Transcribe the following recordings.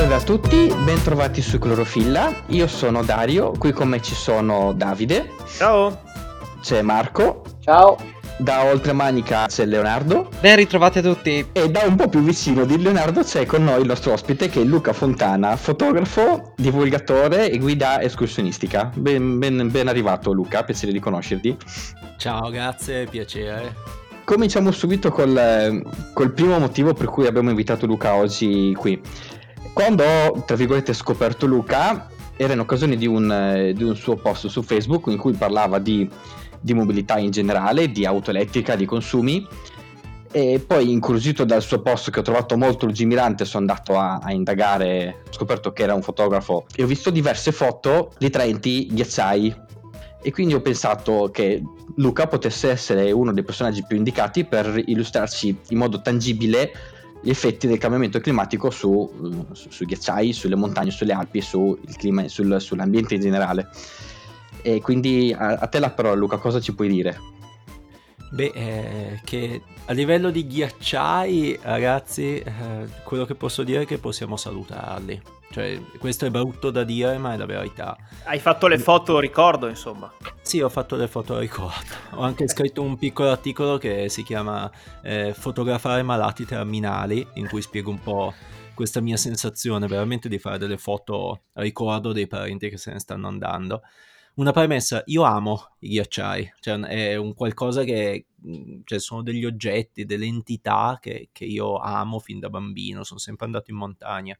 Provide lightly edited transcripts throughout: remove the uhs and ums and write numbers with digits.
Salve a tutti, bentrovati su Clorofilla. Io sono Dario, qui con me ci sono Davide. Ciao. C'è Marco. Ciao. Da Oltremanica c'è Leonardo. Ben ritrovati a tutti. E da un po' più vicino di Leonardo c'è con noi il nostro ospite che è Luca Fontana, fotografo, divulgatore e guida escursionistica. Ben arrivato Luca, piacere di conoscerti. Ciao, grazie, piacere. Cominciamo subito col primo motivo per cui abbiamo invitato Luca oggi qui. Quando ho, tra virgolette, scoperto Luca, era in occasione di un suo post su Facebook in cui parlava di mobilità in generale, di auto elettrica, di consumi, e poi, incuriosito dal suo post che ho trovato molto lungimirante, sono andato a indagare, ho scoperto che era un fotografo e ho visto diverse foto ritraenti ghiacciai, e quindi ho pensato che Luca potesse essere uno dei personaggi più indicati per illustrarci in modo tangibile gli effetti del cambiamento climatico sui ghiacciai, sulle montagne, sulle Alpi, sul clima, sull'ambiente in generale. E quindi a te la parola, Luca, cosa ci puoi dire? Beh, che a livello di ghiacciai, ragazzi, quello che posso dire è che possiamo salutarli. Cioè, questo è brutto da dire, ma è la verità. Hai fatto le foto ricordo, insomma. Sì, ho fatto le foto ricordo. Ho anche scritto un piccolo articolo che si chiama Fotografare malati terminali, in cui spiego un po' questa mia sensazione veramente di fare delle foto ricordo dei parenti che se ne stanno andando. Una premessa, io amo i ghiacciai, cioè è un qualcosa che, cioè sono degli oggetti, delle entità che io amo fin da bambino, sono sempre andato in montagna.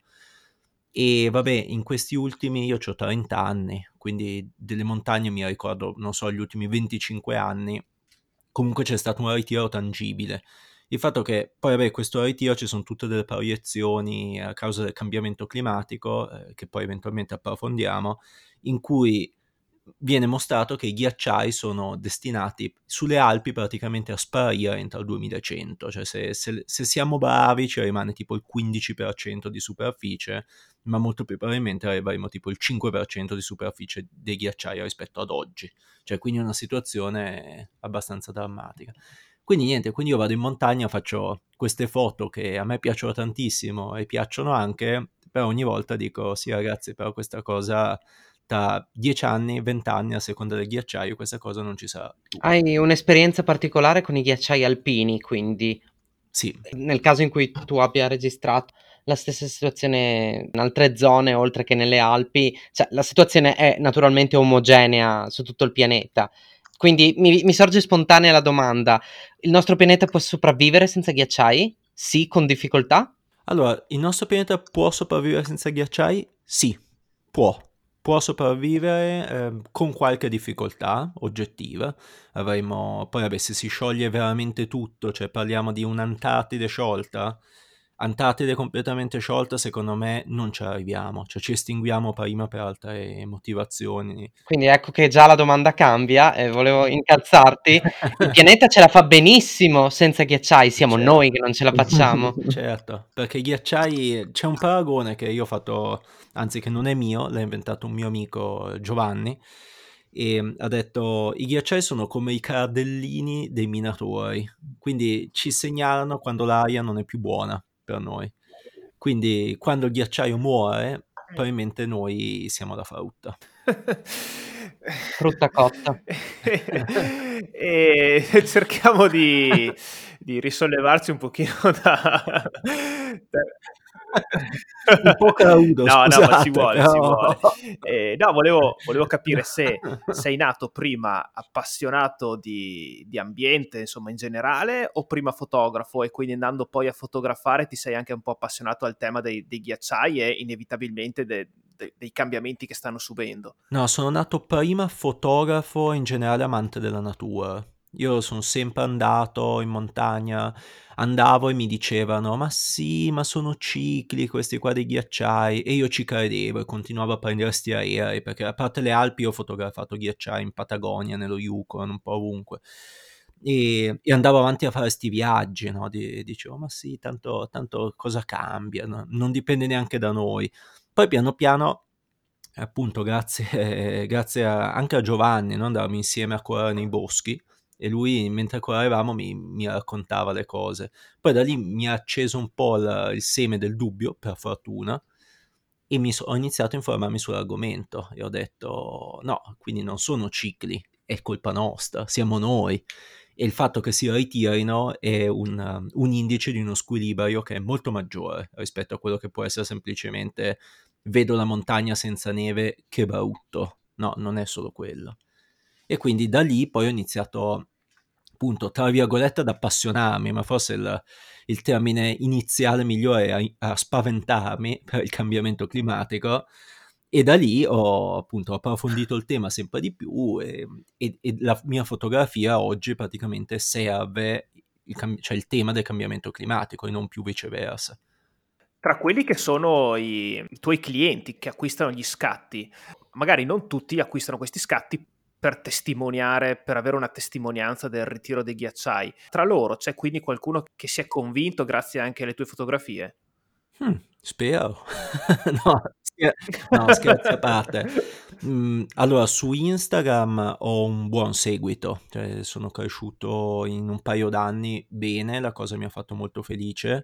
E vabbè, in questi ultimi, io ho 30 anni, quindi delle montagne mi ricordo, non so, gli ultimi 25 anni, comunque c'è stato un ritiro tangibile. Il fatto che poi, vabbè, questo ritiro ci sono tutte delle proiezioni a causa del cambiamento climatico, che poi eventualmente approfondiamo, in cui viene mostrato che i ghiacciai sono destinati sulle Alpi praticamente a sparire entro il 2100, cioè se siamo bravi ci rimane tipo il 15% di superficie, ma molto più probabilmente avremo tipo il 5% di superficie dei ghiacciai rispetto ad oggi, cioè quindi una situazione abbastanza drammatica. Quindi niente, quindi io vado in montagna, faccio queste foto che a me piacciono tantissimo e piacciono anche, però ogni volta dico sì ragazzi, però questa cosa tra 10 anni, 20 anni, a seconda del ghiacciaio, questa cosa non ci sarà più. Hai un'esperienza particolare con i ghiacciai alpini, quindi Sì. nel caso in cui tu abbia registrato la stessa situazione in altre zone oltre che nelle Alpi, cioè la situazione è naturalmente omogenea su tutto il pianeta. Quindi mi sorge spontanea la domanda: il nostro pianeta può sopravvivere senza ghiacciai? Sì, con difficoltà? Allora, il nostro pianeta può sopravvivere senza ghiacciai? Sì, può sopravvivere con qualche difficoltà oggettiva. Poi vabbè, se si scioglie veramente tutto, cioè parliamo di un'Antartide sciolta, Antartide completamente sciolta, secondo me non ci arriviamo, cioè ci estinguiamo prima per altre motivazioni. Quindi ecco che già la domanda cambia e volevo incalzarti. Il pianeta ce la fa benissimo senza ghiacciai, siamo Certo. noi che non ce la facciamo. Certo, perché i ghiacciai, c'è un paragone che io ho fatto, anzi che non è mio, l'ha inventato un mio amico Giovanni, e ha detto i ghiacciai sono come i cardellini dei minatori, quindi ci segnalano quando l'aria non è più buona per noi. Quindi quando il ghiacciaio muore, probabilmente noi siamo la frutta. Frutta cotta. E cerchiamo di risollevarci un pochino Un po' crudo, no, ma ci scusate, vuole, però... ci vuole. No, volevo capire se sei nato prima appassionato di ambiente, insomma, in generale, o prima fotografo, e quindi andando poi a fotografare ti sei anche un po' appassionato al tema dei ghiacciai e inevitabilmente dei cambiamenti che stanno subendo. No, sono nato prima fotografo, in generale amante della natura. Io sono sempre andato in montagna, andavo e mi dicevano ma sì, ma sono cicli questi qua dei ghiacciai, e io ci credevo e continuavo a prendere sti aerei, perché a parte le Alpi ho fotografato ghiacciai in Patagonia, nello Yukon, un po' ovunque. E andavo avanti a fare sti viaggi, no? Dicevo ma sì, tanto cosa cambia, no? Non dipende neanche da noi. Poi piano piano, appunto grazie anche a Giovanni, no? Andavamo insieme a correre nei boschi e lui mentre correvamo mi raccontava le cose. Poi da lì mi ha acceso un po' il seme del dubbio, per fortuna, e ho iniziato a informarmi sull'argomento e ho detto no, quindi non sono cicli, è colpa nostra, siamo noi. E il fatto che si ritirino è un indice di uno squilibrio che è molto maggiore rispetto a quello che può essere semplicemente vedo la montagna senza neve, che brutto. No, non è solo quello. E quindi da lì poi ho iniziato, appunto, tra virgolette, ad appassionarmi, ma forse il termine iniziale migliore è a spaventarmi per il cambiamento climatico, e da lì ho appunto approfondito il tema sempre di più e la mia fotografia oggi praticamente serve cioè il tema del cambiamento climatico e non più viceversa. Tra quelli che sono i tuoi clienti che acquistano gli scatti, magari non tutti acquistano questi scatti per testimoniare, per avere una testimonianza del ritiro dei ghiacciai. Tra loro c'è quindi qualcuno che si è convinto grazie anche alle tue fotografie? Spero. No, no, scherzi a parte. Allora, su Instagram ho un buon seguito, cioè sono cresciuto in un paio d'anni bene, la cosa mi ha fatto molto felice,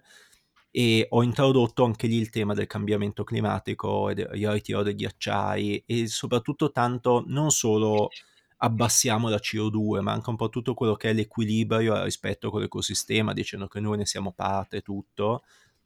e ho introdotto anche lì il tema del cambiamento climatico e il ritiro dei ghiacciai, e soprattutto tanto non solo abbassiamo la CO2, ma anche un po' tutto quello che è l'equilibrio rispetto con l'ecosistema, dicendo che noi ne siamo parte e tutto.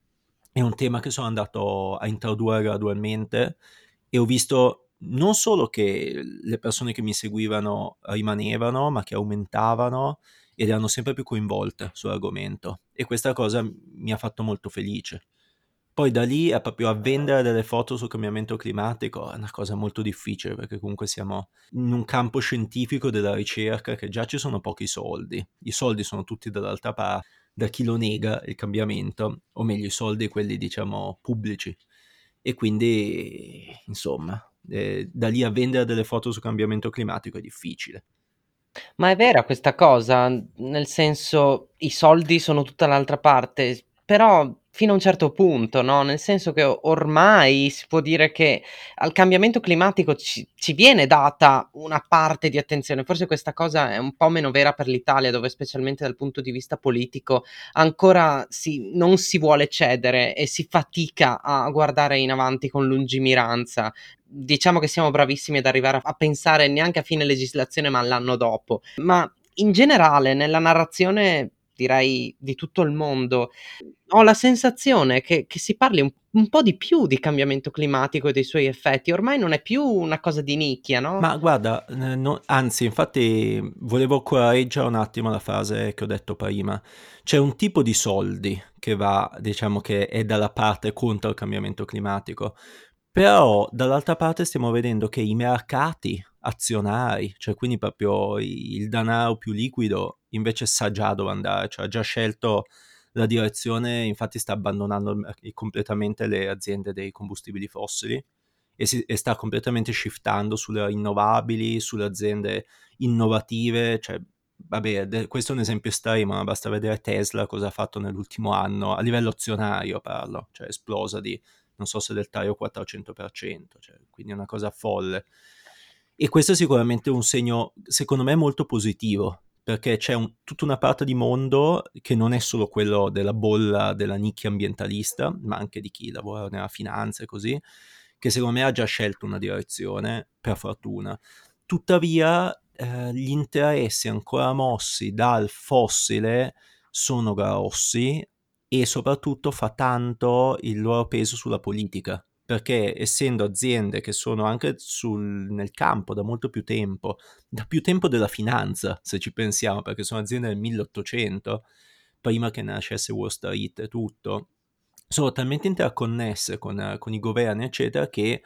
È un tema che sono andato a introdurre gradualmente e ho visto non solo che le persone che mi seguivano rimanevano, ma che aumentavano ed erano sempre più coinvolte sull'argomento, e questa cosa mi ha fatto molto felice. Poi da lì a proprio a vendere delle foto sul cambiamento climatico è una cosa molto difficile, perché comunque siamo in un campo scientifico della ricerca che già ci sono pochi soldi. I soldi sono tutti dall'altra parte, da chi lo nega il cambiamento, o meglio i soldi quelli diciamo pubblici. E quindi insomma, da lì a vendere delle foto sul cambiamento climatico è difficile. Ma è vera questa cosa, nel senso, i soldi sono tutta l'altra parte, però fino a un certo punto, no? Nel senso che ormai si può dire che al cambiamento climatico ci viene data una parte di attenzione. Forse questa cosa è un po' meno vera per l'Italia, dove specialmente dal punto di vista politico ancora non si vuole cedere e si fatica a guardare in avanti con lungimiranza. Diciamo che siamo bravissimi ad arrivare a pensare neanche a fine legislazione, ma all'anno dopo. Ma in generale, nella narrazione, direi, di tutto il mondo, ho la sensazione che si parli un po' di più di cambiamento climatico e dei suoi effetti. Ormai non è più una cosa di nicchia, no? Ma guarda, anzi, infatti volevo correggere un attimo la frase che ho detto prima. C'è un tipo di soldi che va, diciamo che è dalla parte contro il cambiamento climatico, però dall'altra parte stiamo vedendo che i mercati azionari, cioè quindi proprio il denaro più liquido, invece sa già dove andare, cioè ha già scelto la direzione, infatti sta abbandonando completamente le aziende dei combustibili fossili e sta completamente shiftando sulle rinnovabili, sulle aziende innovative, cioè vabbè, questo è un esempio estremo, ma basta vedere Tesla cosa ha fatto nell'ultimo anno, a livello azionario parlo, cioè è esplosa di, non so se del taglio 400%, cioè, quindi è una cosa folle. E questo è sicuramente un segno, secondo me, molto positivo, perché c'è tutta una parte di mondo che non è solo quello della bolla, della nicchia ambientalista, ma anche di chi lavora nella finanza e così, che secondo me ha già scelto una direzione, per fortuna. Tuttavia, gli interessi ancora mossi dal fossile sono grossi, e soprattutto fa tanto il loro peso sulla politica, perché essendo aziende che sono anche nel campo da più tempo della finanza, se ci pensiamo, perché sono aziende del 1800, prima che nascesse Wall Street e tutto, sono talmente interconnesse con i governi, eccetera, che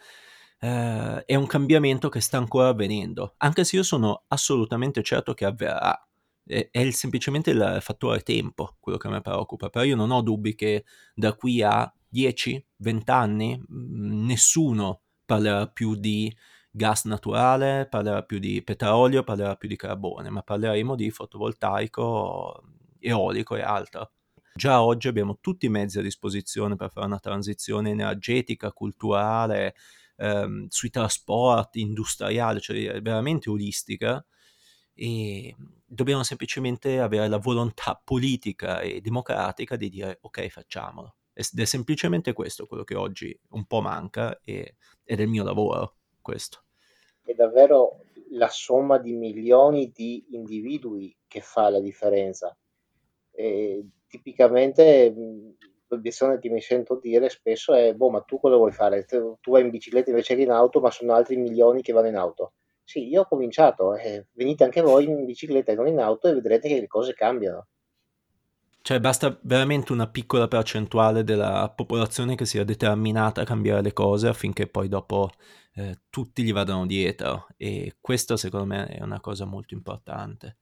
è un cambiamento che sta ancora avvenendo, anche se io sono assolutamente certo che avverrà. È semplicemente il fattore tempo quello che mi preoccupa, però io non ho dubbi che da qui a 10-20 anni nessuno parlerà più di gas naturale, parlerà più di petrolio, parlerà più di carbone, ma parleremo di fotovoltaico, eolico e altro. Già oggi abbiamo tutti i mezzi a disposizione per fare una transizione energetica, culturale, sui trasporti, industriale, cioè è veramente olistica, e dobbiamo semplicemente avere la volontà politica e democratica di dire ok, facciamolo. ed è semplicemente questo quello che oggi un po' manca ed è il mio lavoro, questo. È davvero la somma di milioni di individui che fa la differenza. E tipicamente l'obiezione che mi sento dire spesso è: boh, ma tu cosa vuoi fare? Tu vai in bicicletta invece che in auto, ma sono altri milioni che vanno in auto. Sì, io ho cominciato, venite anche voi in bicicletta e non in auto e vedrete che le cose cambiano. Cioè basta veramente una piccola percentuale della popolazione che sia determinata a cambiare le cose affinché poi dopo tutti gli vadano dietro, e questo secondo me è una cosa molto importante.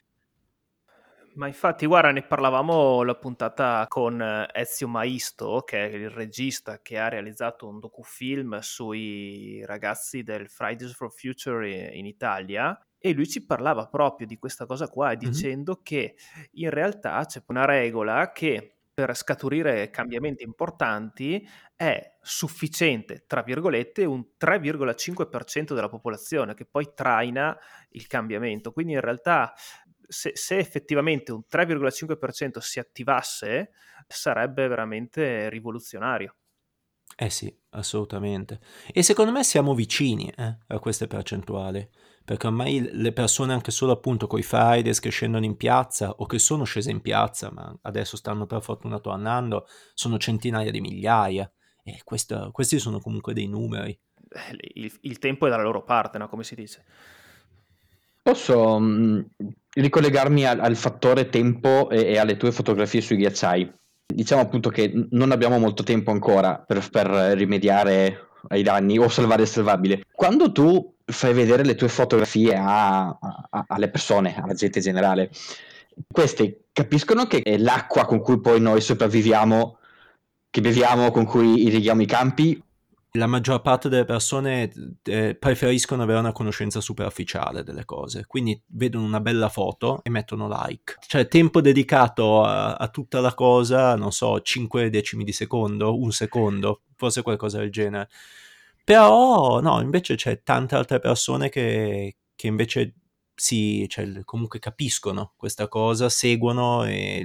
Ma infatti, guarda, ne parlavamo la puntata con Ezio Maisto, che è il regista che ha realizzato un docufilm sui ragazzi del Fridays for Future in Italia, e lui ci parlava proprio di questa cosa qua, dicendo che in realtà c'è una regola che per scaturire cambiamenti importanti è sufficiente, tra virgolette, un 3,5% della popolazione che poi traina il cambiamento. Quindi in realtà se effettivamente un 3,5% si attivasse, sarebbe veramente rivoluzionario. Eh sì, assolutamente. E secondo me siamo vicini a queste percentuali, perché ormai le persone anche solo appunto coi Fridays che scendono in piazza o che sono scese in piazza, ma adesso stanno per fortuna tornando, sono centinaia di migliaia, e questi sono comunque dei numeri. Il tempo è dalla loro parte, no? Come si dice. Posso ricollegarmi al fattore tempo e alle tue fotografie sui ghiacciai. Diciamo appunto che non abbiamo molto tempo ancora per rimediare ai danni o salvare il salvabile. Quando tu fai vedere le tue fotografie alle persone, alla gente generale, queste capiscono che è l'acqua con cui poi noi sopravviviamo, che beviamo, con cui irrighiamo i campi? La maggior parte delle persone preferiscono avere una conoscenza superficiale delle cose, quindi vedono una bella foto e mettono like. Cioè tempo dedicato a tutta la cosa, non so, 5 decimi di secondo, un secondo, forse qualcosa del genere. Però no, invece c'è tante altre persone che invece cioè, comunque capiscono questa cosa, seguono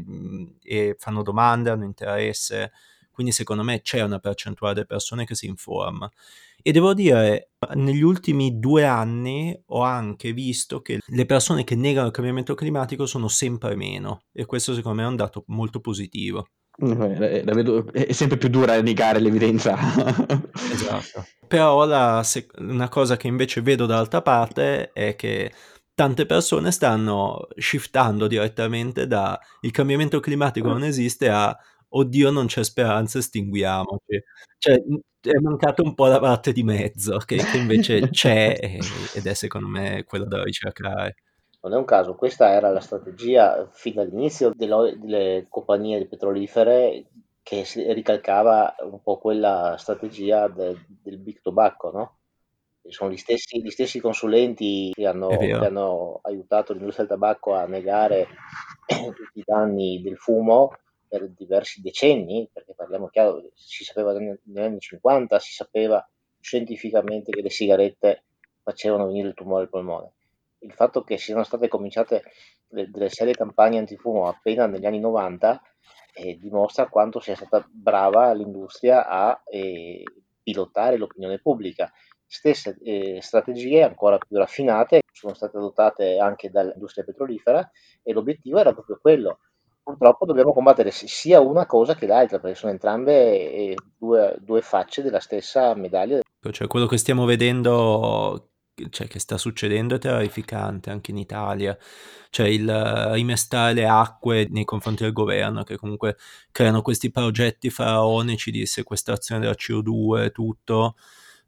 e fanno domande, hanno interesse. Quindi secondo me c'è una percentuale di persone che si informa. E devo dire, negli ultimi 2 anni ho anche visto che le persone che negano il cambiamento climatico sono sempre meno, e questo secondo me è un dato molto positivo. La vedo, è sempre più dura negare l'evidenza. Esatto. Però una cosa che invece vedo dall'altra parte è che tante persone stanno shiftando direttamente da il cambiamento climatico non esiste a oddio non c'è speranza, estinguiamoci. Cioè è mancato un po' la parte di mezzo che invece c'è, ed è secondo me quella da ricercare. Non è un caso, questa era la strategia fin dall'inizio delle compagnie petrolifere, che si ricalcava un po' quella strategia del Big Tobacco, no? Sono gli stessi consulenti che È vero. hanno aiutato l'industria del tabacco a negare tutti i danni del fumo per diversi decenni, perché parliamo chiaro, si sapeva negli anni 50, si sapeva scientificamente che le sigarette facevano venire il tumore al polmone. Il fatto che siano state cominciate delle serie campagne antifumo appena negli anni 90 dimostra quanto sia stata brava l'industria a pilotare l'opinione pubblica. Stesse strategie ancora più raffinate sono state adottate anche dall'industria petrolifera, e l'obiettivo era proprio quello. Purtroppo dobbiamo combattere sia una cosa che l'altra, perché sono entrambe due facce della stessa medaglia. Cioè quello che stiamo vedendo, cioè che sta succedendo, è terrificante anche in Italia. Cioè il rimestare le acque nei confronti del governo, che comunque creano questi progetti faraonici di sequestrazione della CO2 e tutto,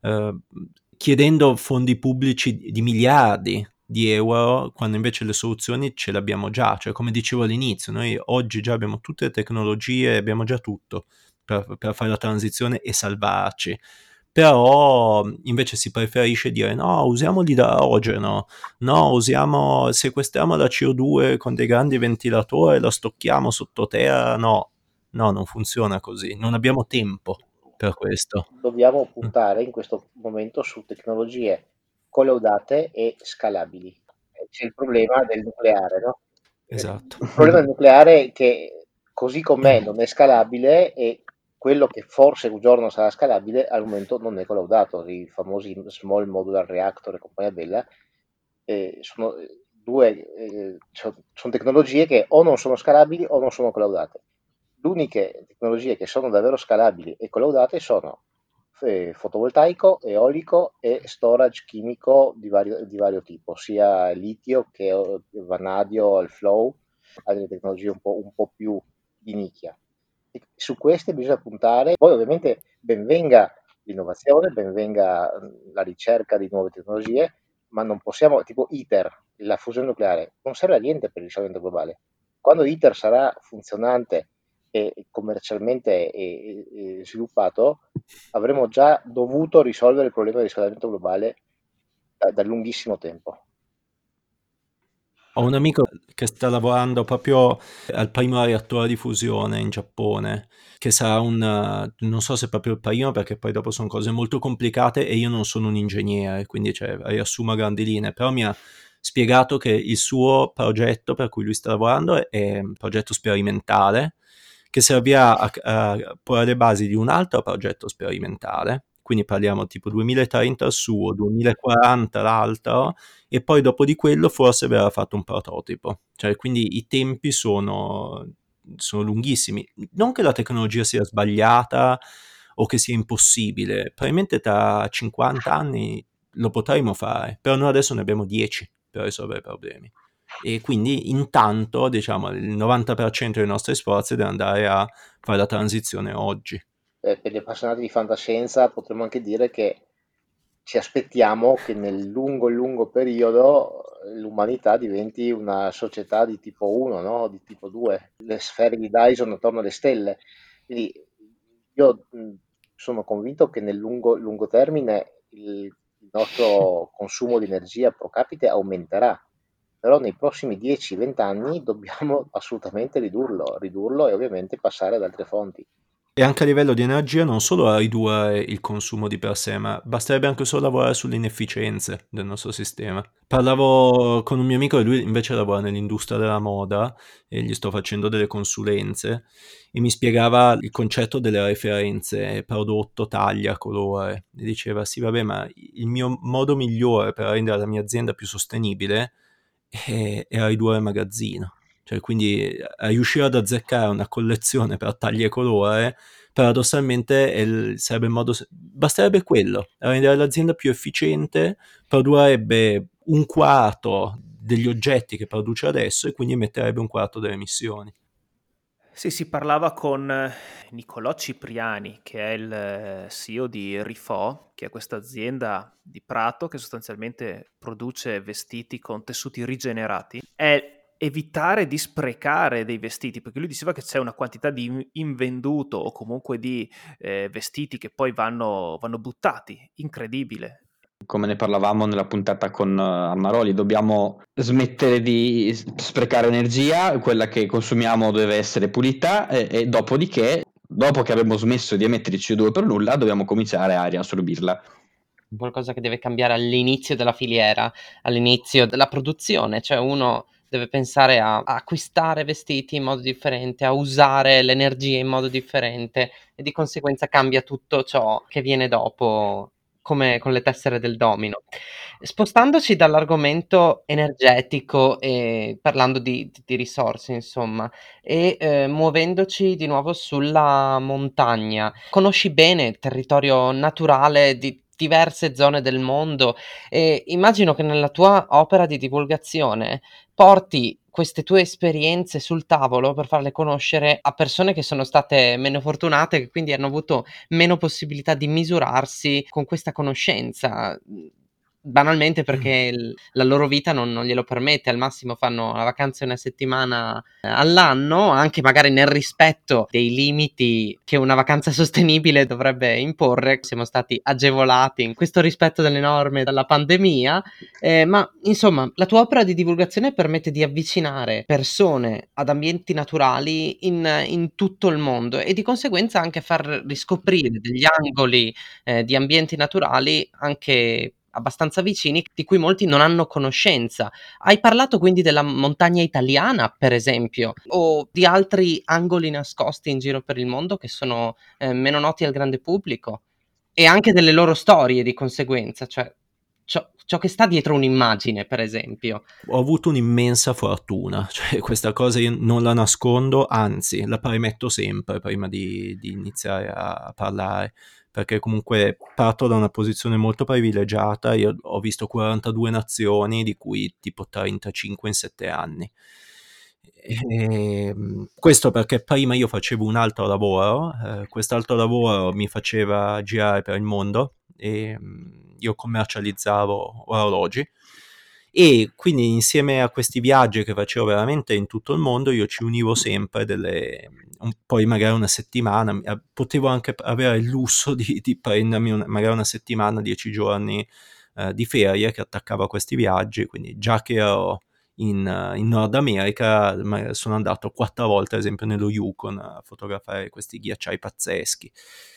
chiedendo fondi pubblici di miliardi di euro, quando invece le soluzioni ce le abbiamo già. Cioè come dicevo all'inizio, noi oggi già abbiamo tutte le tecnologie, abbiamo già tutto per fare la transizione e salvarci. Però invece si preferisce dire no, usiamo l'idrogeno, no, sequestriamo la CO2 con dei grandi ventilatori e la stocchiamo sottoterra. No, non funziona così, non abbiamo tempo per questo. Dobbiamo puntare in questo momento su tecnologie collaudate e scalabili. C'è il problema del nucleare, no? Esatto. Il problema del nucleare è che così com'è non è scalabile, e quello che forse un giorno sarà scalabile al momento non è collaudato. I famosi Small Modular Reactor e compagnia bella sono sono tecnologie che o non sono scalabili o non sono collaudate. Le uniche tecnologie che sono davvero scalabili e collaudate sono fotovoltaico, eolico e storage chimico di vario tipo, sia litio che vanadio, il flow, ha delle tecnologie un po' più di nicchia. E su queste bisogna puntare. Poi ovviamente ben venga l'innovazione, ben venga la ricerca di nuove tecnologie, ma non possiamo, tipo ITER, la fusione nucleare, non serve a niente per il riscaldamento globale. Quando ITER sarà funzionante e commercialmente sviluppato, avremo già dovuto risolvere il problema del riscaldamento globale da lunghissimo tempo. Ho un amico che sta lavorando proprio al primo reattore di fusione in Giappone, che sarà non so se proprio il primo, perché poi dopo sono cose molto complicate e io non sono un ingegnere, quindi riassumo a grandi linee, però mi ha spiegato che il suo progetto per cui lui sta lavorando è un progetto sperimentale che servirà a porre le basi di un altro progetto sperimentale, quindi parliamo tipo 2030 il suo, 2040 l'altro, e poi dopo di quello forse verrà fatto un prototipo. Cioè, quindi i tempi sono lunghissimi. Non che la tecnologia sia sbagliata o che sia impossibile, probabilmente tra 50 anni lo potremo fare, però noi adesso ne abbiamo 10 per risolvere i problemi. E quindi intanto, diciamo, il 90% dei nostri sforzi deve andare a fare la transizione oggi. Per gli appassionati di fantascienza potremmo anche dire che ci aspettiamo che nel lungo periodo l'umanità diventi una società di tipo 1, no? Di tipo 2, le sfere di Dyson attorno alle stelle. Quindi io sono convinto che nel lungo termine il nostro consumo di energia pro capite aumenterà, però nei prossimi 10-20 anni dobbiamo assolutamente ridurlo e ovviamente passare ad altre fonti. E anche a livello di energia non solo a ridurre il consumo di per sé, ma basterebbe anche solo lavorare sulle inefficienze del nostro sistema. Parlavo con un mio amico e lui invece lavora nell'industria della moda e gli sto facendo delle consulenze e mi spiegava il concetto delle referenze prodotto, taglia, colore. E diceva sì vabbè, ma il mio modo migliore per rendere la mia azienda più sostenibile è ridurre il magazzino. Cioè, quindi riuscire ad azzeccare una collezione per taglia e colore, paradossalmente sarebbe il modo. Basterebbe quello, rendere l'azienda più efficiente, produrrebbe un quarto degli oggetti che produce adesso e quindi emetterebbe un quarto delle emissioni. Sì, si parlava con Nicolò Cipriani, che è il CEO di Rifò, che è questa azienda di Prato che sostanzialmente produce vestiti con tessuti rigenerati. È evitare di sprecare dei vestiti, perché lui diceva che c'è una quantità di invenduto o comunque di vestiti che poi vanno buttati, incredibile. Come ne parlavamo nella puntata con Armaroli, dobbiamo smettere di sprecare energia, quella che consumiamo deve essere pulita e dopodiché, dopo che avremo smesso di emettere CO2 per nulla, dobbiamo cominciare a riassorbirla. Qualcosa che deve cambiare all'inizio della filiera, all'inizio della produzione, cioè uno deve pensare a acquistare vestiti in modo differente, a usare l'energia in modo differente e di conseguenza cambia tutto ciò che viene dopo, come con le tessere del domino. Spostandoci dall'argomento energetico e parlando di risorse, insomma, e muovendoci di nuovo sulla montagna, conosci bene il territorio naturale di diverse zone del mondo e immagino che nella tua opera di divulgazione porti queste tue esperienze sul tavolo per farle conoscere a persone che sono state meno fortunate, che quindi hanno avuto meno possibilità di misurarsi con questa conoscenza. Banalmente perché la loro vita non glielo permette, al massimo fanno la vacanza una settimana all'anno, anche magari nel rispetto dei limiti che una vacanza sostenibile dovrebbe imporre. Siamo stati agevolati in questo rispetto delle norme dalla pandemia, ma insomma la tua opera di divulgazione permette di avvicinare persone ad ambienti naturali in tutto il mondo e di conseguenza anche far riscoprire degli angoli di ambienti naturali anche abbastanza vicini, di cui molti non hanno conoscenza. Hai parlato quindi della montagna italiana, per esempio, o di altri angoli nascosti in giro per il mondo che sono meno noti al grande pubblico? E anche delle loro storie di conseguenza, cioè ciò che sta dietro un'immagine, per esempio. Ho avuto un'immensa fortuna, cioè questa cosa io non la nascondo, anzi la premetto sempre prima di iniziare a parlare, perché comunque parto da una posizione molto privilegiata. Io ho visto 42 nazioni, di cui tipo 35 in 7 anni. Questo perché prima io facevo un altro lavoro, quest'altro lavoro mi faceva girare per il mondo e io commercializzavo orologi, e quindi insieme a questi viaggi che facevo veramente in tutto il mondo io ci univo sempre poi magari una settimana, potevo anche avere il lusso di prendermi magari una settimana, 10 giorni di ferie che attaccavo a questi viaggi, quindi già che ero in Nord America sono andato 4 volte ad esempio nello Yukon a fotografare questi ghiacciai pazzeschi.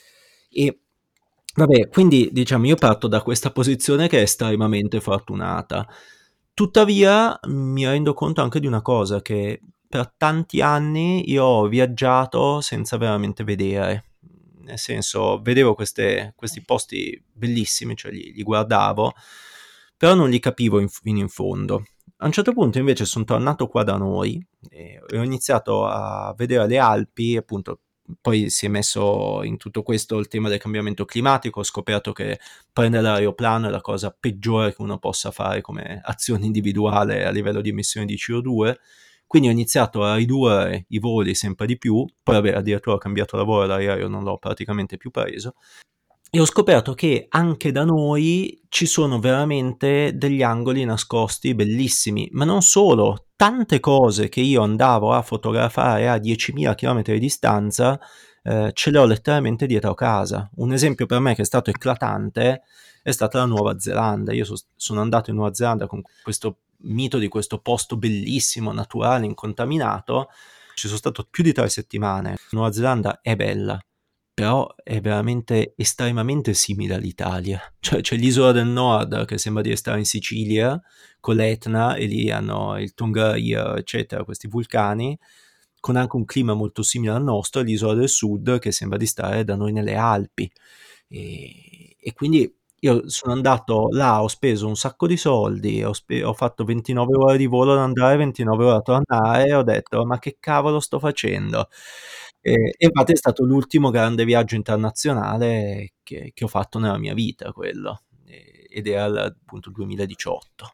E vabbè, quindi diciamo io parto da questa posizione che è estremamente fortunata. Tuttavia mi rendo conto anche di una cosa, che per tanti anni io ho viaggiato senza veramente vedere. Nel senso, vedevo questi posti bellissimi, cioè li guardavo, però non li capivo fino in fondo. A un certo punto invece sono tornato qua da noi e ho iniziato a vedere le Alpi, appunto. Poi si è messo in tutto questo il tema del cambiamento climatico, ho scoperto che prendere l'aeroplano è la cosa peggiore che uno possa fare come azione individuale a livello di emissioni di CO2, quindi ho iniziato a ridurre i voli sempre di più, poi addirittura ho cambiato lavoro, l'aereo non l'ho praticamente più preso, e ho scoperto che anche da noi ci sono veramente degli angoli nascosti bellissimi, ma non solo, tante cose che io andavo a fotografare a 10.000 km di distanza ce le ho letteralmente dietro casa. Un esempio per me che è stato eclatante è stata la Nuova Zelanda. Io sono andato in Nuova Zelanda con questo mito di questo posto bellissimo, naturale, incontaminato. Ci sono stato più di 3 settimane. Nuova Zelanda è bella, però è veramente estremamente simile all'Italia. Cioè c'è l'isola del nord che sembra di stare in Sicilia con l'Etna, e lì hanno il Tongariro, eccetera, questi vulcani, con anche un clima molto simile al nostro, e l'isola del sud che sembra di stare da noi nelle Alpi. E quindi io sono andato là, ho speso un sacco di soldi, ho fatto 29 ore di volo ad andare, 29 ore a tornare, e ho detto ma che cavolo sto facendo? E infatti è stato l'ultimo grande viaggio internazionale che ho fatto nella mia vita, quello, ed era appunto il 2018.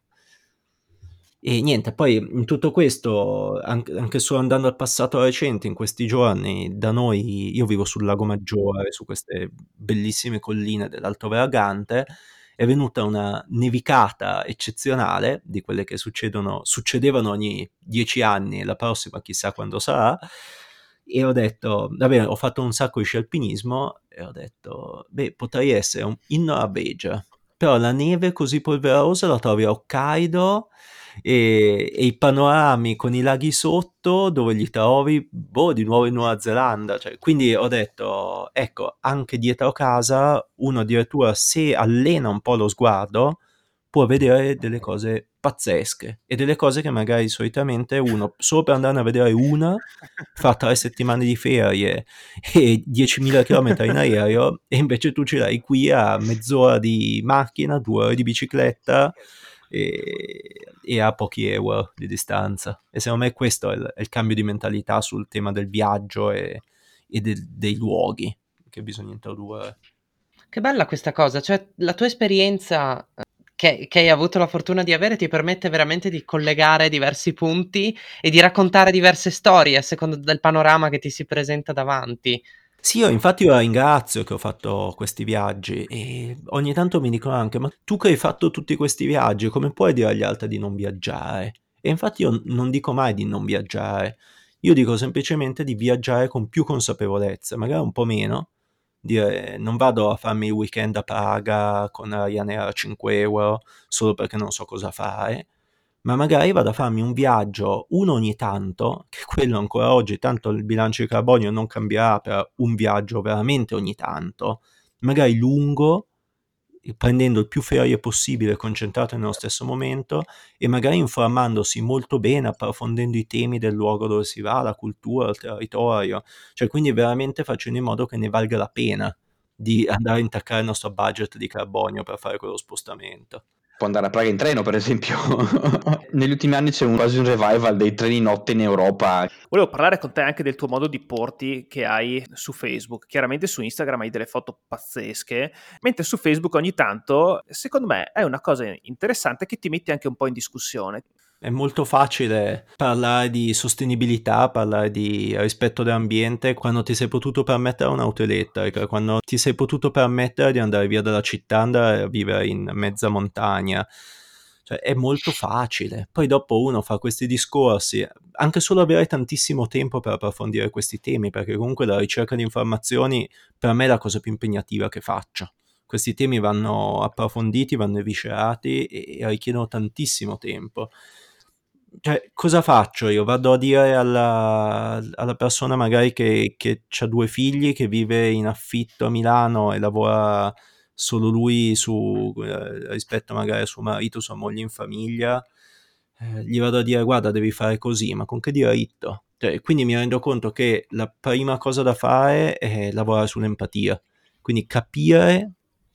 E niente, poi in tutto questo, anche solo andando al passato recente, in questi giorni, da noi, io vivo sul Lago Maggiore, su queste bellissime colline dell'Alto Vergante, è venuta una nevicata eccezionale, di quelle che succedevano ogni 10 anni, e la prossima chissà quando sarà, e ho detto, vabbè, ho fatto un sacco di sci alpinismo, e ho detto, beh, potrei essere in Norvegia, però la neve così polverosa la trovi a Hokkaido, e i panorami con i laghi sotto dove li trovi di nuovo in Nuova Zelanda, cioè, quindi ho detto ecco, anche dietro casa uno addirittura, se allena un po' lo sguardo, può vedere delle cose pazzesche, e delle cose che magari solitamente uno, solo per andare a vedere una, fa 3 settimane di ferie e 10.000 km in aereo, e invece tu ce l'hai qui a mezz'ora di macchina, 2 ore di bicicletta, e a pochi euro di distanza. E secondo me questo è il cambio di mentalità sul tema del viaggio e dei luoghi che bisogna introdurre. Che bella questa cosa, cioè la tua esperienza che hai avuto la fortuna di avere ti permette veramente di collegare diversi punti e di raccontare diverse storie a seconda del panorama che ti si presenta davanti. Sì, infatti io la ringrazio che ho fatto questi viaggi, e ogni tanto mi dicono anche ma tu che hai fatto tutti questi viaggi come puoi dire agli altri di non viaggiare? E infatti io non dico mai di non viaggiare, io dico semplicemente di viaggiare con più consapevolezza, magari un po' meno, dire non vado a farmi il weekend a Praga con Ryanair a 5 euro solo perché non so cosa fare, ma magari vado a farmi un viaggio uno ogni tanto, che quello ancora oggi, tanto il bilancio di carbonio non cambierà per un viaggio veramente ogni tanto, magari lungo, prendendo il più ferie possibile, concentrato nello stesso momento e magari informandosi molto bene, approfondendo i temi del luogo dove si va, la cultura, il territorio, cioè quindi veramente facendo in modo che ne valga la pena di andare a intaccare il nostro budget di carbonio per fare quello spostamento. Può andare a Praga in treno, per esempio. Negli ultimi anni c'è quasi un revival dei treni notte in Europa. Volevo parlare con te anche del tuo modo di porti che hai su Facebook. Chiaramente su Instagram hai delle foto pazzesche, mentre su Facebook ogni tanto, secondo me, è una cosa interessante che ti metti anche un po' in discussione. È molto facile parlare di sostenibilità, parlare di rispetto dell'ambiente quando ti sei potuto permettere un'auto elettrica, quando ti sei potuto permettere di andare via dalla città, andare a vivere in mezza montagna. Cioè, è molto facile. Poi dopo uno fa questi discorsi, anche solo avere tantissimo tempo per approfondire questi temi, perché comunque la ricerca di informazioni per me è la cosa più impegnativa che faccio. Questi temi vanno approfonditi, vanno eviscerati e richiedono tantissimo tempo. Cioè, cosa faccio io? Vado a dire alla persona magari che ha 2 figli, che vive in affitto a Milano e lavora solo lui rispetto magari a suo marito, sua moglie in famiglia, gli vado a dire guarda devi fare così, ma con che diritto? Cioè, quindi mi rendo conto che la prima cosa da fare è lavorare sull'empatia, quindi capire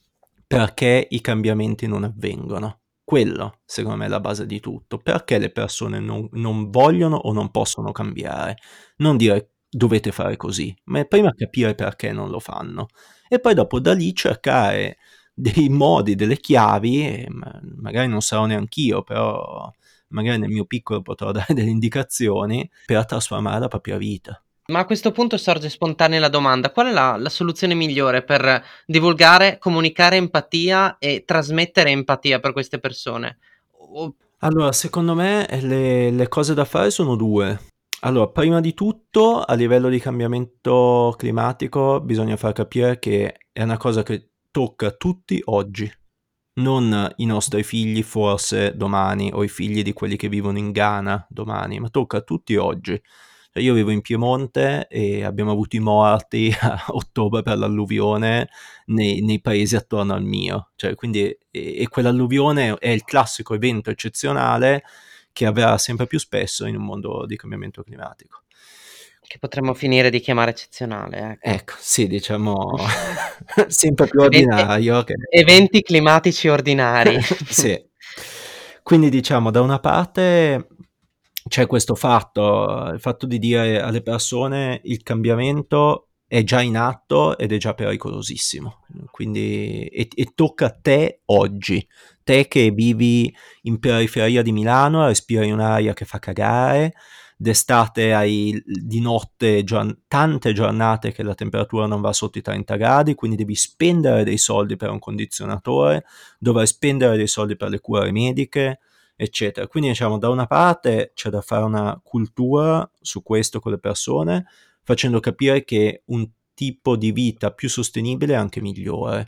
perché i cambiamenti non avvengono. Quello, secondo me, è la base di tutto. Perché le persone non vogliono o non possono cambiare? Non dire dovete fare così, ma prima capire perché non lo fanno. E poi dopo da lì cercare dei modi, delle chiavi, e magari non sarò neanch'io, però magari nel mio piccolo potrò dare delle indicazioni per trasformare la propria vita. Ma a questo punto sorge spontanea la domanda: qual è la soluzione migliore per divulgare, comunicare empatia e trasmettere empatia per queste persone? Allora, secondo me le cose da fare sono 2. Allora, prima di tutto, a livello di cambiamento climatico, bisogna far capire che è una cosa che tocca tutti oggi, non i nostri figli forse domani o i figli di quelli che vivono in Ghana domani, ma tocca tutti oggi. Cioè, io vivo in Piemonte e abbiamo avuto i morti a ottobre per l'alluvione nei paesi attorno al mio. Cioè, quindi, e quell'alluvione è il classico evento eccezionale che avverrà sempre più spesso in un mondo di cambiamento climatico. Che potremmo finire di chiamare eccezionale. Ecco, sì, diciamo sempre più ordinario. Eventi climatici ordinari. Sì. Quindi diciamo, da una parte c'è questo fatto, il fatto di dire alle persone il cambiamento è già in atto ed è già pericolosissimo, quindi e tocca a te oggi, te che vivi in periferia di Milano, respiri un'aria che fa cagare, d'estate hai di notte tante giornate che la temperatura non va sotto i 30 gradi, quindi devi spendere dei soldi per un condizionatore, dovrai spendere dei soldi per le cure mediche, eccetera. Quindi diciamo da una parte c'è da fare una cultura su questo con le persone, facendo capire che un tipo di vita più sostenibile è anche migliore.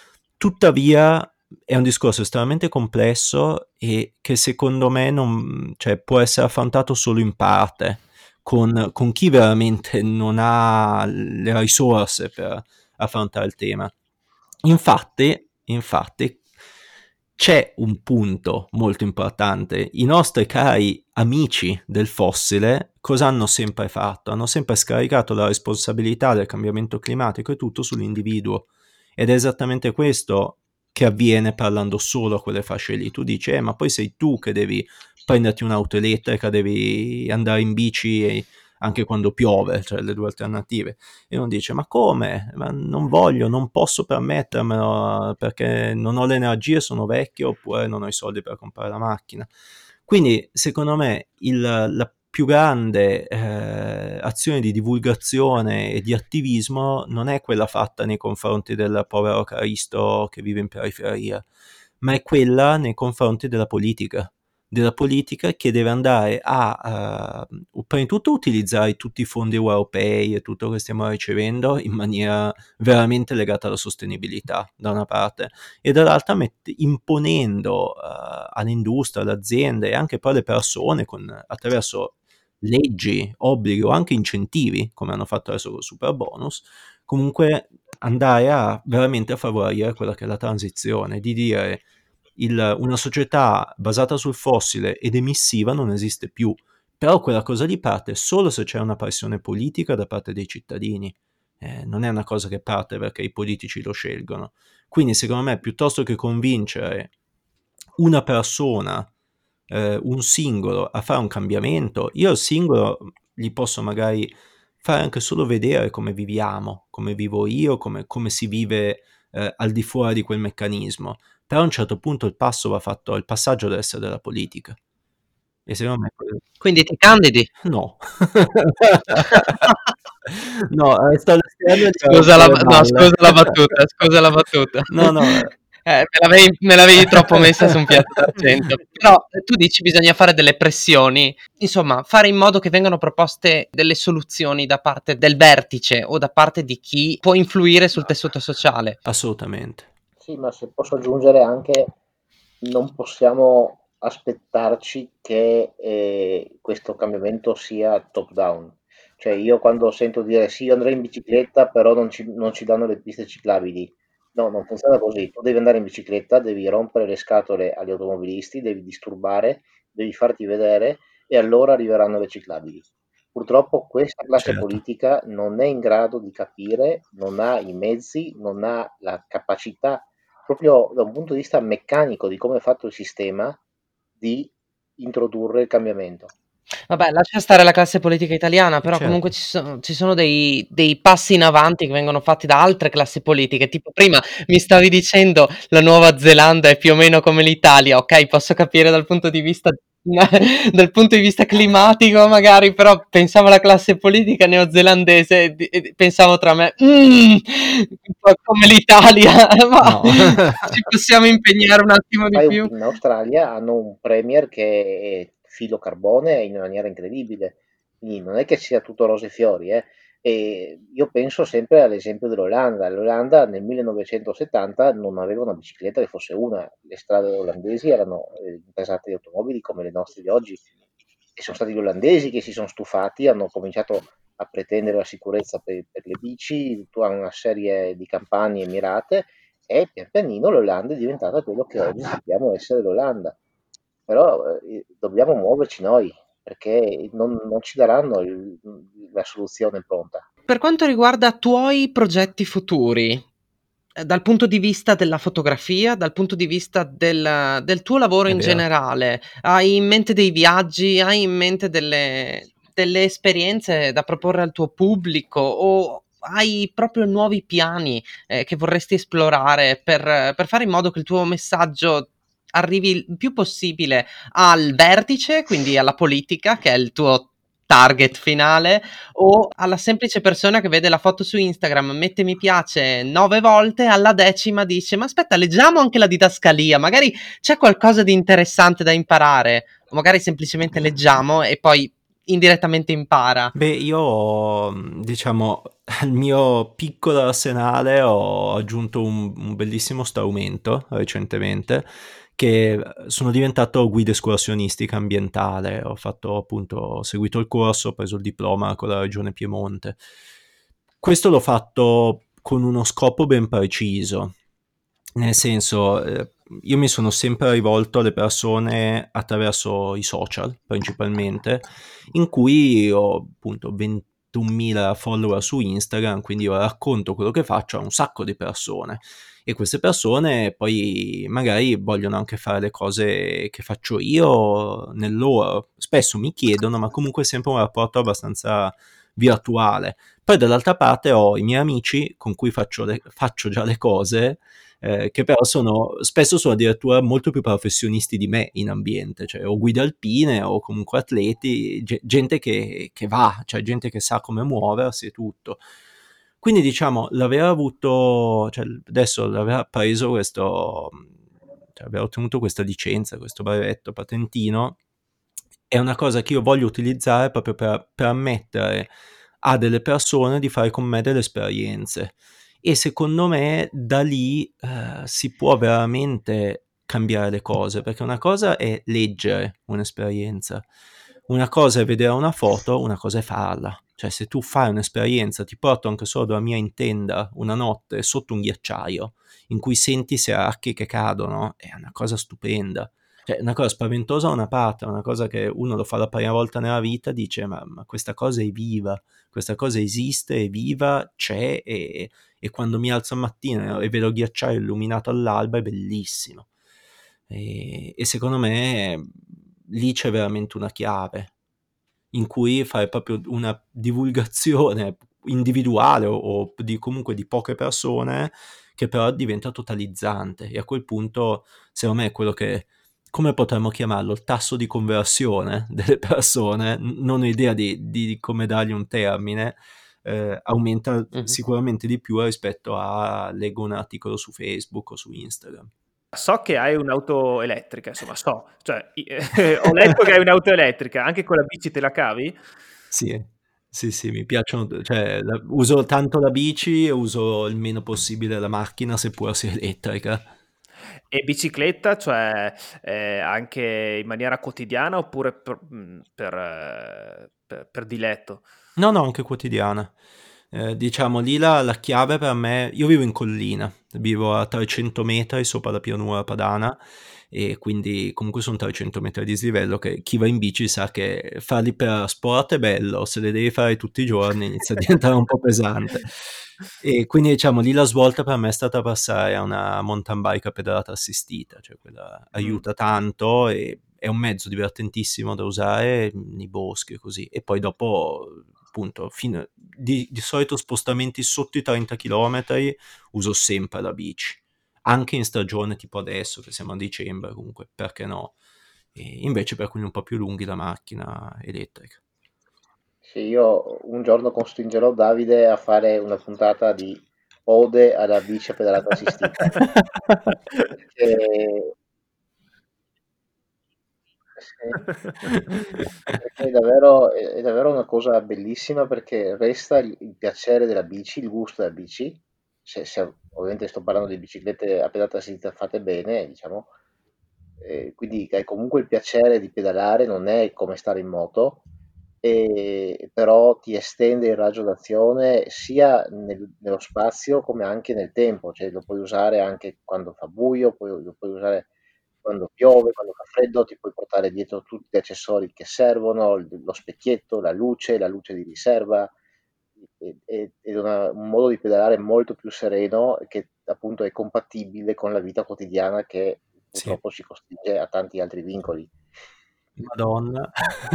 Tuttavia è un discorso estremamente complesso e che secondo me può essere affrontato solo in parte con chi veramente non ha le risorse per affrontare il tema. Infatti c'è un punto molto importante. I nostri cari amici del fossile cosa hanno sempre fatto? Hanno sempre scaricato la responsabilità del cambiamento climatico e tutto sull'individuo. Ed è esattamente questo che avviene parlando solo a quelle fasce lì. Tu dici, ma poi sei tu che devi prenderti un'auto elettrica, devi andare in bici anche quando piove, cioè le 2 alternative. E uno dice, ma come? Ma non voglio, non posso permettermelo perché non ho le energie, sono vecchio oppure non ho i soldi per comprare la macchina. Quindi, secondo me, la più grande azione di divulgazione e di attivismo non è quella fatta nei confronti del povero Caristo che vive in periferia, ma è quella nei confronti della politica che deve andare a prima di tutto utilizzare tutti i fondi europei e tutto che stiamo ricevendo in maniera veramente legata alla sostenibilità da una parte e dall'altra imponendo all'industria, alle aziende e anche poi alle persone attraverso leggi, obblighi o anche incentivi come hanno fatto adesso con il super bonus, comunque andare a veramente a favorire quella che è la transizione, di dire una società basata sul fossile ed emissiva non esiste più, però quella cosa lì parte solo se c'è una pressione politica da parte dei cittadini, non è una cosa che parte perché i politici lo scelgono. Quindi secondo me, piuttosto che convincere una persona, un singolo a fare un cambiamento, io al singolo gli posso magari fare anche solo vedere come viviamo, come vivo io, come si vive al di fuori di quel meccanismo. Però a un certo punto il passaggio deve essere della politica. E secondo me Quindi ti candidi? no. No, sto all'esterno Scusa la battuta, scusa la battuta. No, Me l'avevi troppo messa su un piatto d'argento. Però tu dici bisogna fare delle pressioni, insomma, fare in modo che vengano proposte delle soluzioni da parte del vertice o da parte di chi può influire sul tessuto sociale. assolutamente. Sì, ma se posso aggiungere anche, non possiamo aspettarci che questo cambiamento sia top down. Cioè io quando sento dire sì, io andrei in bicicletta, però non ci danno le piste ciclabili. No, non funziona così. Tu devi andare in bicicletta, devi rompere le scatole agli automobilisti, devi disturbare, devi farti vedere e allora arriveranno le ciclabili. Purtroppo questa classe Certo. politica non è in grado di capire, non ha i mezzi, non ha la capacità, proprio da un punto di vista meccanico di come è fatto il sistema, di introdurre il cambiamento. Vabbè, lascia stare la classe politica italiana, però Certo. comunque ci sono dei passi in avanti che vengono fatti da altre classi politiche. Tipo prima mi stavi dicendo la Nuova Zelanda è più o meno come l'Italia, ok? Posso capire dal punto di vista dal punto di vista climatico magari, però pensavo alla classe politica neozelandese e pensavo tra me, un po' come l'Italia, ma No. ci possiamo impegnare un attimo di più? In Australia hanno un premier che è filo carbone in maniera incredibile, quindi non è che sia tutto rose e fiori, eh. E io penso sempre all'esempio dell'Olanda. L'Olanda nel 1970 non aveva una bicicletta che fosse una, le strade olandesi erano intasate di automobili come le nostre di oggi, e sono stati gli olandesi che si sono stufati, hanno cominciato a pretendere la sicurezza per le bici, tutta una serie di campagne mirate, e pian pianino l'Olanda è diventata quello che oggi sappiamo essere l'Olanda. Però dobbiamo muoverci noi, perché non ci daranno la soluzione pronta. Per quanto riguarda tuoi progetti futuri, dal punto di vista della fotografia, dal punto di vista del tuo lavoro È in vero. generale, hai in mente dei viaggi, hai in mente delle esperienze da proporre al tuo pubblico o hai proprio nuovi piani che vorresti esplorare per fare in modo che il tuo messaggio arrivi il più possibile al vertice, quindi alla politica, che è il tuo target finale, o alla semplice persona che vede la foto su Instagram, mette mi piace 9 volte, alla 10ª dice: ma aspetta, leggiamo anche la didascalia, magari c'è qualcosa di interessante da imparare, o magari semplicemente leggiamo e poi indirettamente impara. Beh, io diciamo al mio piccolo arsenale ho aggiunto un bellissimo strumento recentemente, che sono diventato guida escursionistica ambientale. Ho seguito il corso, ho preso il diploma con la Regione Piemonte. Questo l'ho fatto con uno scopo ben preciso, nel senso, io mi sono sempre rivolto alle persone attraverso i social, principalmente, in cui ho appunto 21.000 follower su Instagram, quindi io racconto quello che faccio a un sacco di persone. E queste persone poi magari vogliono anche fare le cose che faccio io nel loro. Spesso mi chiedono, ma comunque è sempre un rapporto abbastanza virtuale. Poi dall'altra parte ho i miei amici con cui faccio già le cose, che però spesso sono addirittura molto più professionisti di me in ambiente, cioè o guide alpine o comunque atleti, gente che va, cioè gente che sa come muoversi e tutto. Quindi diciamo, adesso l'aver preso aver ottenuto questa licenza, questo brevetto patentino, è una cosa che io voglio utilizzare proprio per permettere a delle persone di fare con me delle esperienze. E secondo me da lì si può veramente cambiare le cose, perché una cosa è leggere un'esperienza, una cosa è vedere una foto, una cosa è farla. Cioè, se tu fai un'esperienza, ti porto anche solo da mia in tenda una notte sotto un ghiacciaio, in cui senti seracchi che cadono, è una cosa stupenda. Cioè, una cosa spaventosa da una parte, una cosa che uno lo fa la prima volta nella vita, dice, ma questa cosa è viva, questa cosa esiste, è viva, c'è, e quando mi alzo al mattino e vedo il ghiacciaio illuminato all'alba è bellissimo. E secondo me lì c'è veramente una chiave in cui fare proprio una divulgazione individuale o comunque di poche persone, che però diventa totalizzante, e a quel punto secondo me è quello che, come potremmo chiamarlo, il tasso di conversione delle persone, non ho idea di come dargli un termine, aumenta sicuramente di più rispetto a leggo un articolo su Facebook o su Instagram. So che hai un'auto elettrica, insomma, cioè, ho letto che hai un'auto elettrica, anche con la bici te la cavi? Sì, mi piacciono, cioè uso tanto la bici e uso il meno possibile la macchina, seppur sia elettrica. E bicicletta, cioè anche in maniera quotidiana oppure per diletto? No, anche quotidiana. Diciamo lì la chiave per me, io vivo in collina, vivo a 300 metri sopra la pianura padana, e quindi comunque sono 300 metri di dislivello che chi va in bici sa che farli per sport è bello, se le devi fare tutti i giorni inizia a diventare un po' pesante. E quindi diciamo lì la svolta per me è stata passare a una mountain bike a pedalata assistita, cioè quella aiuta tanto e è un mezzo divertentissimo da usare nei boschi e così. E poi dopo, appunto, di solito spostamenti sotto i 30 km uso sempre la bici, anche in stagione tipo adesso che siamo a dicembre, comunque perché no. E invece per quelli un po' più lunghi la macchina elettrica. Sì, io un giorno costringerò Davide a fare una puntata di ode alla bici a pedalata assistita. Perché è davvero una cosa bellissima, perché resta il piacere della bici, il gusto della bici, ovviamente sto parlando di biciclette a pedalata assistita fatte bene, diciamo, quindi hai comunque il piacere di pedalare, non è come stare in moto, però ti estende il raggio d'azione sia nello spazio come anche nel tempo, cioè lo puoi usare anche quando fa buio, lo puoi usare quando piove, quando fa freddo, ti puoi portare dietro tutti gli accessori che servono, lo specchietto, la luce di riserva, ed è un modo di pedalare molto più sereno, che appunto è compatibile con la vita quotidiana che Sì. purtroppo ci costringe a tanti altri vincoli. Madonna.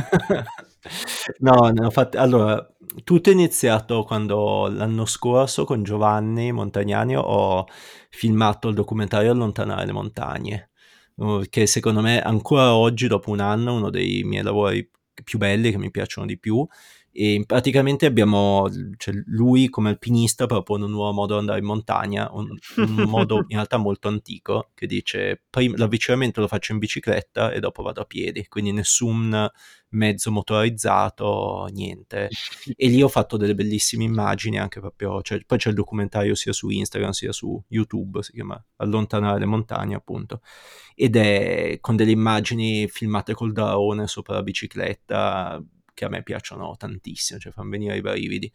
No, ne ho fatte. Allora, tutto è iniziato quando l'anno scorso con Giovanni Montagnani ho filmato il documentario Allontanare le montagne, che secondo me ancora oggi, dopo un anno, è uno dei miei lavori più belli, che mi piacciono di più. E praticamente cioè lui come alpinista propone un nuovo modo di andare in montagna, un modo in realtà molto antico, che dice l'avvicinamento lo faccio in bicicletta e dopo vado a piedi, quindi nessun mezzo motorizzato, niente. E lì ho fatto delle bellissime immagini anche proprio, cioè, poi c'è il documentario sia su Instagram sia su YouTube, si chiama Allontanare le montagne appunto, ed è con delle immagini filmate col drone sopra la bicicletta che a me piacciono tantissimo, cioè fanno venire i brividi.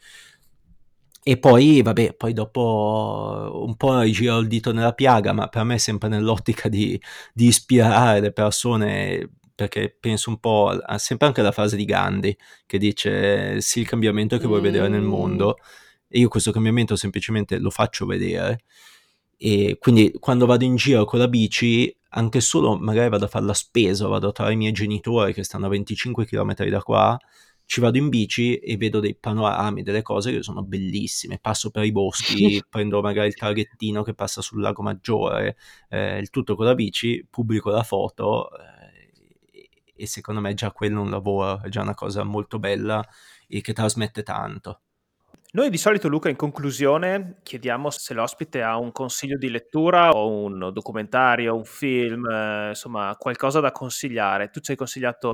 E poi, vabbè, poi dopo un po' rigiro il dito nella piaga, ma per me sempre nell'ottica di ispirare le persone, perché penso un po' sempre anche alla frase di Gandhi, che dice sì il cambiamento che vuoi vedere nel mondo, e io questo cambiamento semplicemente lo faccio vedere. E quindi quando vado in giro con la bici, anche solo magari vado a fare la spesa, vado a trovare i miei genitori che stanno a 25 km da qua, ci vado in bici e vedo dei panorami, delle cose che sono bellissime, passo per i boschi, prendo magari il traghettino che passa sul lago Maggiore, il tutto con la bici, pubblico la foto, e secondo me già quello è un lavoro, è già una cosa molto bella e che trasmette tanto. Noi di solito, Luca, in conclusione chiediamo se l'ospite ha un consiglio di lettura o un documentario, un film, insomma qualcosa da consigliare. Tu ci hai consigliato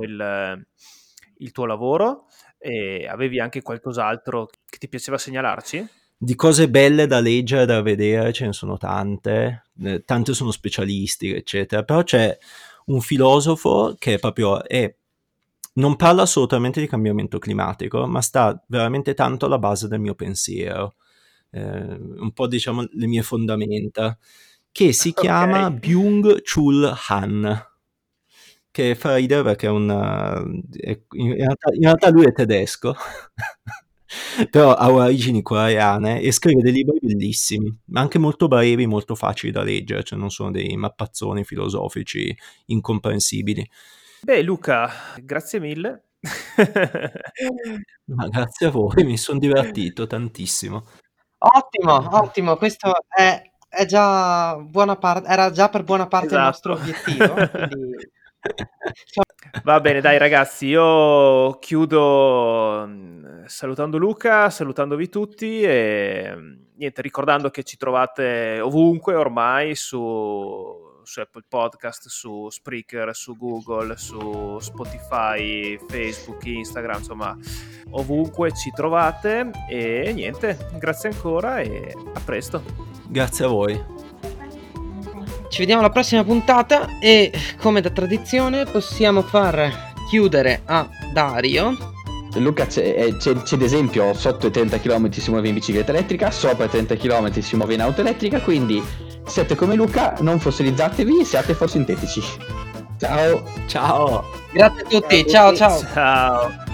il tuo lavoro, e avevi anche qualcos'altro che ti piaceva segnalarci? Di cose belle da leggere, da vedere, ce ne sono tante, tante sono specialistiche, eccetera, però c'è un filosofo che proprio non parla assolutamente di cambiamento climatico, ma sta veramente tanto alla base del mio pensiero, un po' diciamo le mie fondamenta, che si chiama Byung-Chul Han, che fa ridere perché in realtà lui è tedesco, però ha origini coreane e scrive dei libri bellissimi, ma anche molto brevi, molto facili da leggere, cioè non sono dei mappazzoni filosofici incomprensibili. Beh, Luca, grazie mille. Ma grazie a voi, mi sono divertito tantissimo. Ottimo, questo è già buona parte, era già per buona parte il nostro obiettivo, quindi... Va bene, dai ragazzi, io chiudo salutando Luca, salutandovi tutti e niente, ricordando che ci trovate ovunque ormai su Apple Podcast, su Spreaker, su Google, su Spotify, Facebook, Instagram, insomma ovunque ci trovate e niente, grazie ancora e a presto. Grazie a voi. Ci vediamo alla prossima puntata e come da tradizione possiamo far chiudere a Dario. Luca, c'è ad esempio sotto i 30 km si muove in bicicletta elettrica, sopra i 30 km si muove in auto elettrica, quindi siete come Luca, non fossilizzatevi e siate fotosintetici. Ciao. Ciao. Grazie a tutti, ciao. Ciao.